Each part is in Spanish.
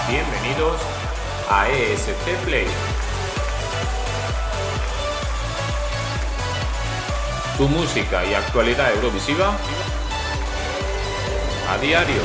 Bienvenidos a ESC Play. Tu música y actualidad eurovisiva a diario.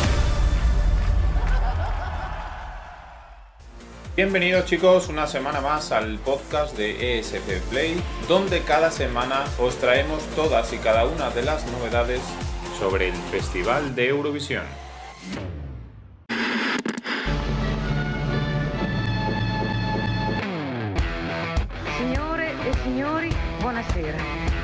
Bienvenidos chicos, una semana más al podcast de ESC Play, donde cada semana os traemos todas y cada una de las novedades sobre el Festival de Eurovisión. Signore e signori, buonasera.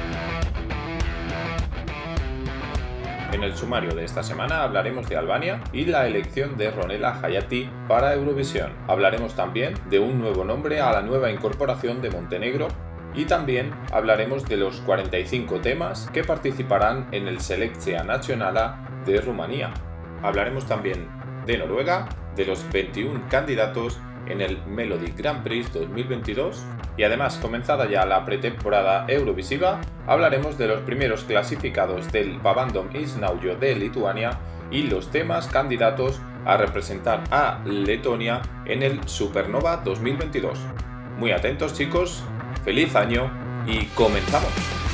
En el sumario de esta semana hablaremos de Albania y la elección de Ronela Hayati para Eurovisión. Hablaremos también de un nuevo nombre a la nueva incorporación de Montenegro y también hablaremos de los 45 temas que participarán en el Selekcija Națională de Rumanía. Hablaremos también de Noruega, de los 21 candidatos en el Melody Grand Prix 2022 y además, comenzada ya la pretemporada eurovisiva, hablaremos de los primeros clasificados del Pabandom Isnaujo de Lituania y los temas candidatos a representar a Letonia en el Supernova 2022. Muy atentos chicos, feliz año y comenzamos.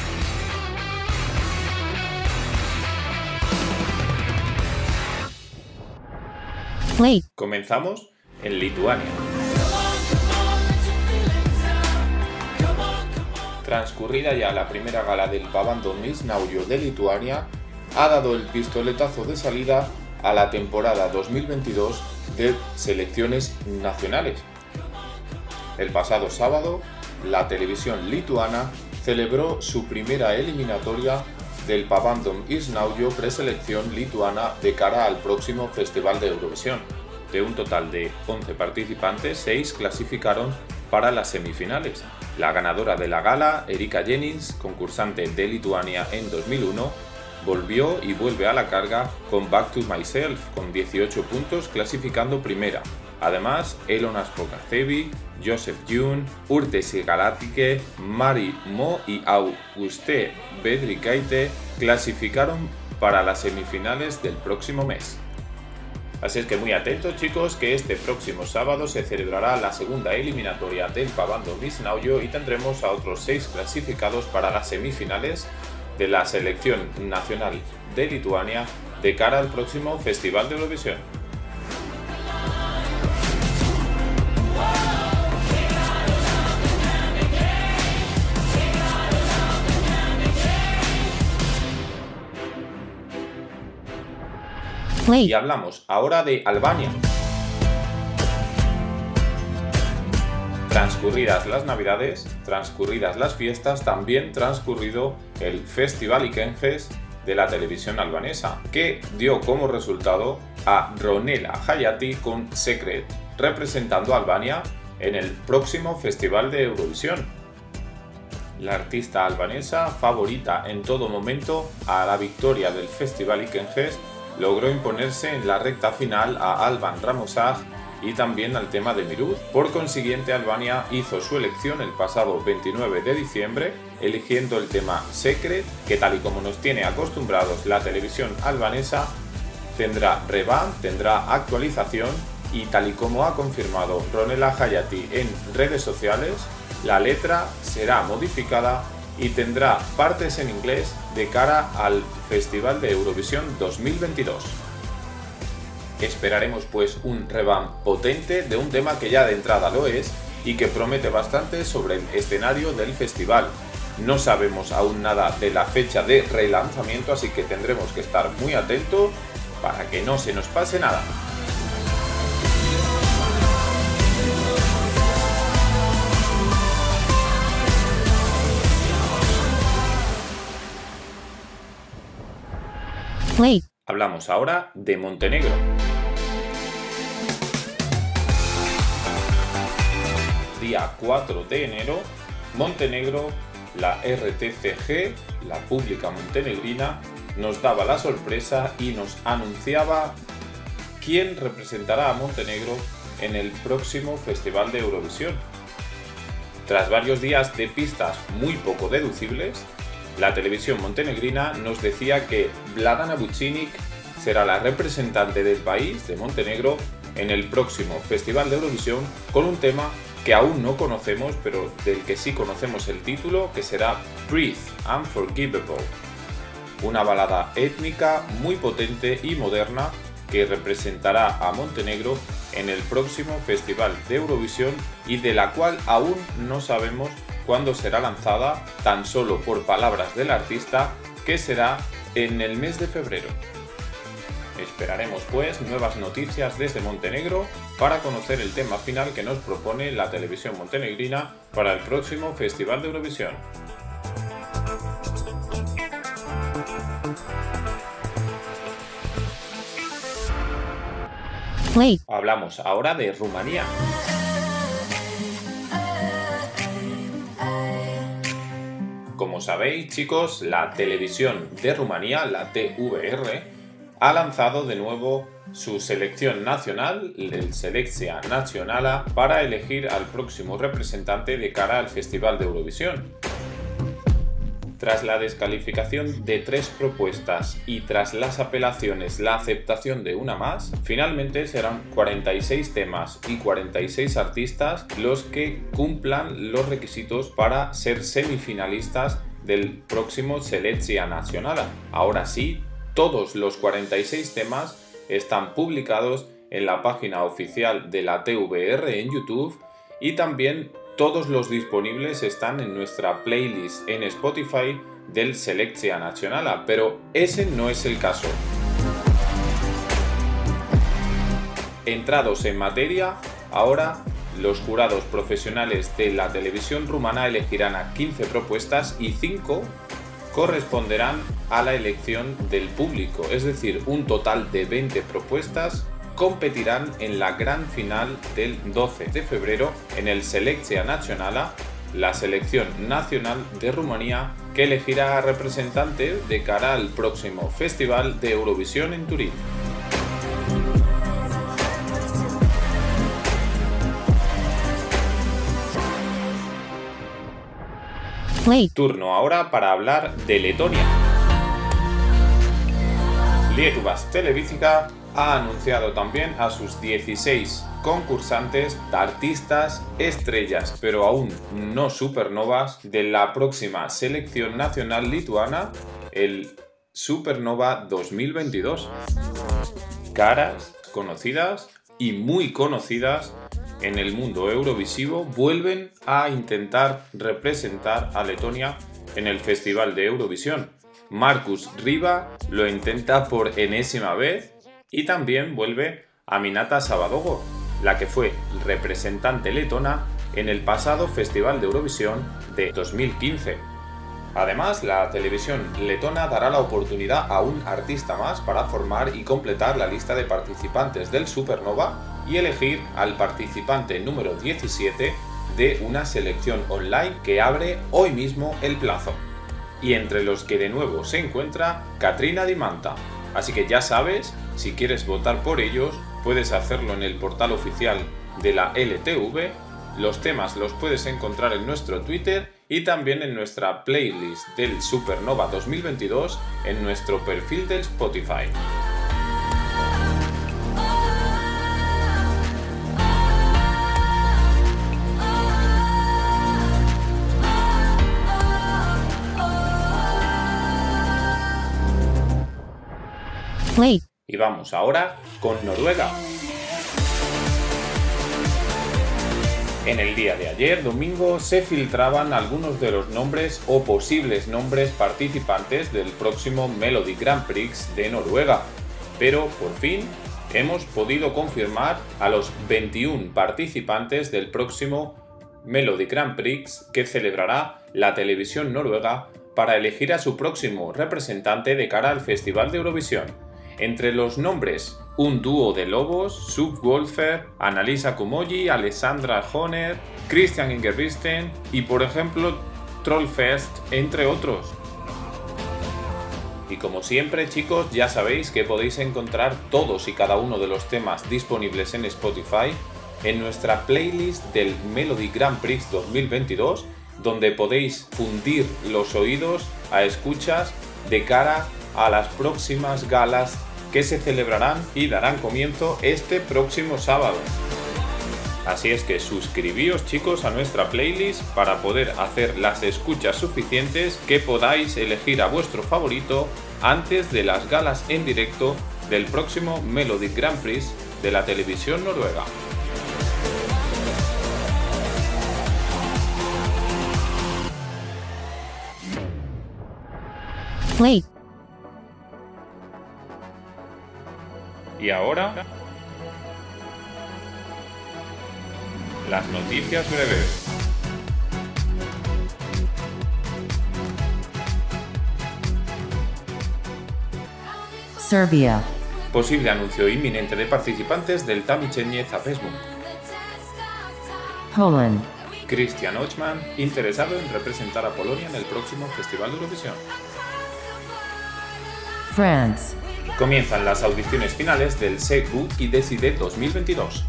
Play. Comenzamos en Lituania. Transcurrida ya la primera gala del Pabandom Isnaujo de Lituania, ha dado el pistoletazo de salida a la temporada 2022 de selecciones nacionales. El pasado sábado, la televisión lituana celebró su primera eliminatoria del Pabandom Isnaujo preselección lituana de cara al próximo Festival de Eurovisión. De un total de 11 participantes, 6 clasificaron para las semifinales. La ganadora de la gala, Erika Jennings, concursante de Lituania en 2001, volvió y vuelve a la carga con Back to Myself, con 18 puntos clasificando primera. Además, Elonas Pokacevi, Joseph Jun, Urte Sigalatike, Mari Mo y Auguste Bedrikaite clasificaron para las semifinales del próximo mes. Así es que muy atentos chicos, que este próximo sábado se celebrará la segunda eliminatoria del Pabandom Isnaujo y tendremos a otros 6 clasificados para las semifinales de la selección nacional de Lituania de cara al próximo Festival de Eurovisión. Play. Y hablamos ahora de Albania. Transcurridas las navidades, transcurridas las fiestas, también transcurrido el Festival Ikenges de la televisión albanesa, que dio como resultado a Ronela Hayati con Secret, representando a Albania en el próximo Festival de Eurovisión. La artista albanesa, favorita en todo momento a la victoria del Festival Ikenges, logró imponerse en la recta final a Alban Ramazan y también al tema de Miruz. Por consiguiente, Albania hizo su elección el pasado 29 de diciembre, eligiendo el tema Secret, que tal y como nos tiene acostumbrados la televisión albanesa, tendrá revamp, tendrá actualización y tal y como ha confirmado Ronela Hayati en redes sociales, la letra será modificada y tendrá partes en inglés de cara al Festival de Eurovisión 2022. Esperaremos pues un revamp potente de un tema que ya de entrada lo es y que promete bastante sobre el escenario del festival. No sabemos aún nada de la fecha de relanzamiento, así que tendremos que estar muy atentos para que no se nos pase nada. Play. Hablamos ahora de Montenegro. Día 4 de enero, Montenegro, la RTCG, la pública montenegrina, nos daba la sorpresa y nos anunciaba quién representará a Montenegro en el próximo Festival de Eurovisión. Tras varios días de pistas muy poco deducibles, la televisión montenegrina nos decía que Vladana Vucinic será la representante del país, de Montenegro, en el próximo Festival de Eurovisión con un tema que aún no conocemos, pero del que sí conocemos el título, que será Breathe, Unforgivable. Una balada étnica muy potente y moderna que representará a Montenegro en el próximo Festival de Eurovisión y de la cual aún no sabemos cuándo será lanzada, tan solo por palabras del artista, que será en el mes de febrero. Esperaremos pues nuevas noticias desde Montenegro para conocer el tema final que nos propone la televisión montenegrina para el próximo Festival de Eurovisión. Play. Hablamos ahora de Rumanía. Como sabéis, chicos, la televisión de Rumanía, la TVR, ha lanzado de nuevo su selección nacional, el Selecția Națională, para elegir al próximo representante de cara al Festival de Eurovisión. Tras la descalificación de 3 propuestas y tras las apelaciones la aceptación de una más, finalmente serán 46 temas y 46 artistas los que cumplan los requisitos para ser semifinalistas del próximo Selecția Națională. Ahora sí, todos los 46 temas están publicados en la página oficial de la TVR en YouTube y también todos los disponibles están en nuestra playlist en Spotify del Selecția Națională, pero ese no es el caso. Entrados en materia, ahora los jurados profesionales de la televisión rumana elegirán a 15 propuestas y 5 corresponderán a la elección del público, es decir, un total de 20 propuestas competirán en la gran final del 12 de febrero en el Selecția Națională, la selección nacional de Rumanía que elegirá a representante de cara al próximo Festival de Eurovisión en Turín. Play. Turno ahora para hablar de Letonia. Lietuvas Televizija ha anunciado también a sus 16 concursantes, artistas, estrellas, pero aún no supernovas, de la próxima selección nacional lituana, el Supernova 2022. Caras conocidas y muy conocidas en el mundo eurovisivo vuelven a intentar representar a Letonia en el Festival de Eurovisión. Markus Riba lo intenta por enésima vez y también vuelve Aminata Sabadogo, la que fue representante letona en el pasado Festival de Eurovisión de 2015. Además, la televisión letona dará la oportunidad a un artista más para formar y completar la lista de participantes del Supernova y elegir al participante número 17 de una selección online que abre hoy mismo el plazo. Y entre los que de nuevo se encuentra Katrina Dimanta. Así que ya sabes, si quieres votar por ellos, puedes hacerlo en el portal oficial de la LTV. Los temas los puedes encontrar en nuestro Twitter y también en nuestra playlist del Supernova 2022 en nuestro perfil del Spotify. Play. Y vamos ahora con Noruega. En el día de ayer, domingo, se filtraban algunos de los nombres o posibles nombres participantes del próximo Melody Grand Prix de Noruega, pero por fin hemos podido confirmar a los 21 participantes del próximo Melody Grand Prix que celebrará la televisión noruega para elegir a su próximo representante de cara al Festival de Eurovisión. Entre los nombres, un dúo de lobos, Sub Wolfer, Annalisa Kumoji, Alessandra Honer, Christian Ingebrigtsen y, por ejemplo, Trollfest, entre otros. Y como siempre, chicos, ya sabéis que podéis encontrar todos y cada uno de los temas disponibles en Spotify en nuestra playlist del Melody Grand Prix 2022, donde podéis fundir los oídos a escuchas de cara a las próximas galas que se celebrarán y darán comienzo este próximo sábado. Así es que suscribíos, chicos, a nuestra playlist para poder hacer las escuchas suficientes que podáis elegir a vuestro favorito antes de las galas en directo del próximo Melodi Grand Prix de la televisión noruega. Play. Y ahora, las noticias breves. Serbia. Posible anuncio inminente de participantes del Tammychenye Zapesmuk. Poland. Christian Ochman, interesado en representar a Polonia en el próximo Festival de Eurovisión. France. Comienzan las audiciones finales del Segou y Decide 2022.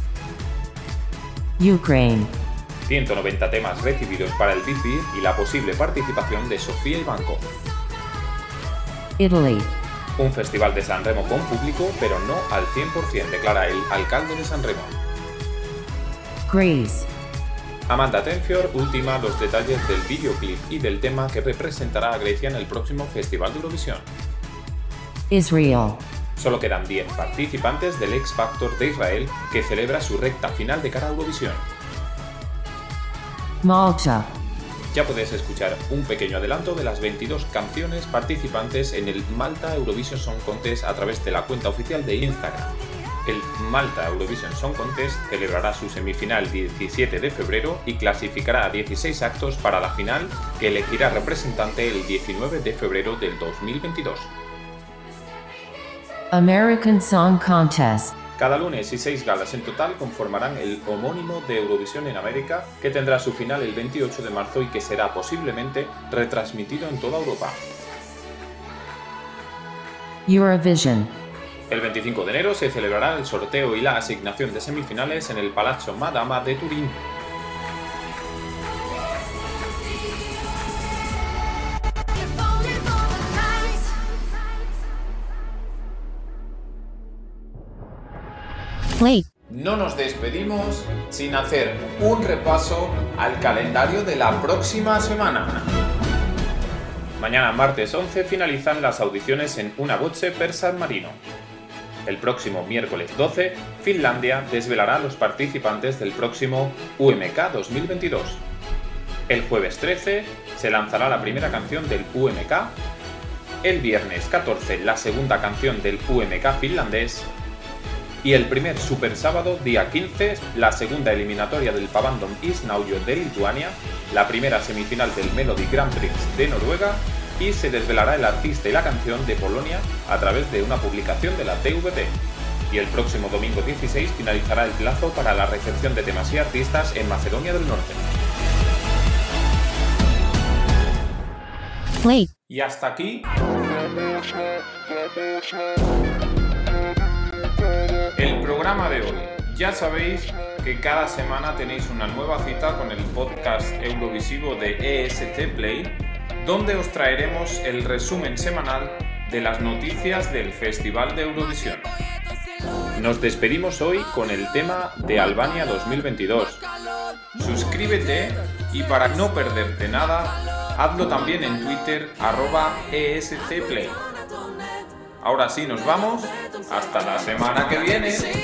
Ukraine. 190 temas recibidos para el Big Beer y la posible participación de Sofía Ivanko. Italy. Un festival de San Remo con público, pero no al 100%, declara el alcalde de San Remo. Greece. Amanda Tenfior ultima los detalles del videoclip y del tema que representará a Grecia en el próximo Festival de Eurovisión. Israel. Solo quedan 10 participantes del X Factor de Israel, que celebra su recta final de cara a Eurovisión. Malta. Ya podéis escuchar un pequeño adelanto de las 22 canciones participantes en el Malta Eurovision Song Contest a través de la cuenta oficial de Instagram. El Malta Eurovision Song Contest celebrará su semifinal 17 de febrero y clasificará a 16 actos para la final, que elegirá representante el 19 de febrero del 2022. American Song Contest. Cada lunes y 6 galas en total conformarán el homónimo de Eurovisión en América, que tendrá su final el 28 de marzo y que será posiblemente retransmitido en toda Europa. Eurovision. El 25 de enero se celebrará el sorteo y la asignación de semifinales en el Palazzo Madama de Turín. Play. No nos despedimos sin hacer un repaso al calendario de la próxima semana. Mañana, martes 11, finalizan las audiciones en Una Voce per San Marino. El próximo miércoles 12, Finlandia desvelará a los participantes del próximo UMK 2022. El jueves 13 se lanzará la primera canción del UMK. El viernes 14, la segunda canción del UMK finlandés. Y el primer super sábado, día 15, la segunda eliminatoria del Pavandom Isnaujo de Lituania, la primera semifinal del Melodi Grand Prix de Noruega, y se desvelará el artista y la canción de Polonia a través de una publicación de la TVT. Y el próximo domingo 16 finalizará el plazo para la recepción de temas y artistas en Macedonia del Norte. Play. Y hasta aquí el programa de hoy. Ya sabéis que cada semana tenéis una nueva cita con el podcast Eurovisivo de ESC Play, donde os traeremos el resumen semanal de las noticias del Festival de Eurovisión. Nos despedimos hoy con el tema de Albania 2022. Suscríbete y para no perderte nada, hazlo también en Twitter @ESCPlay. Ahora sí, nos vamos. Hasta la semana que viene.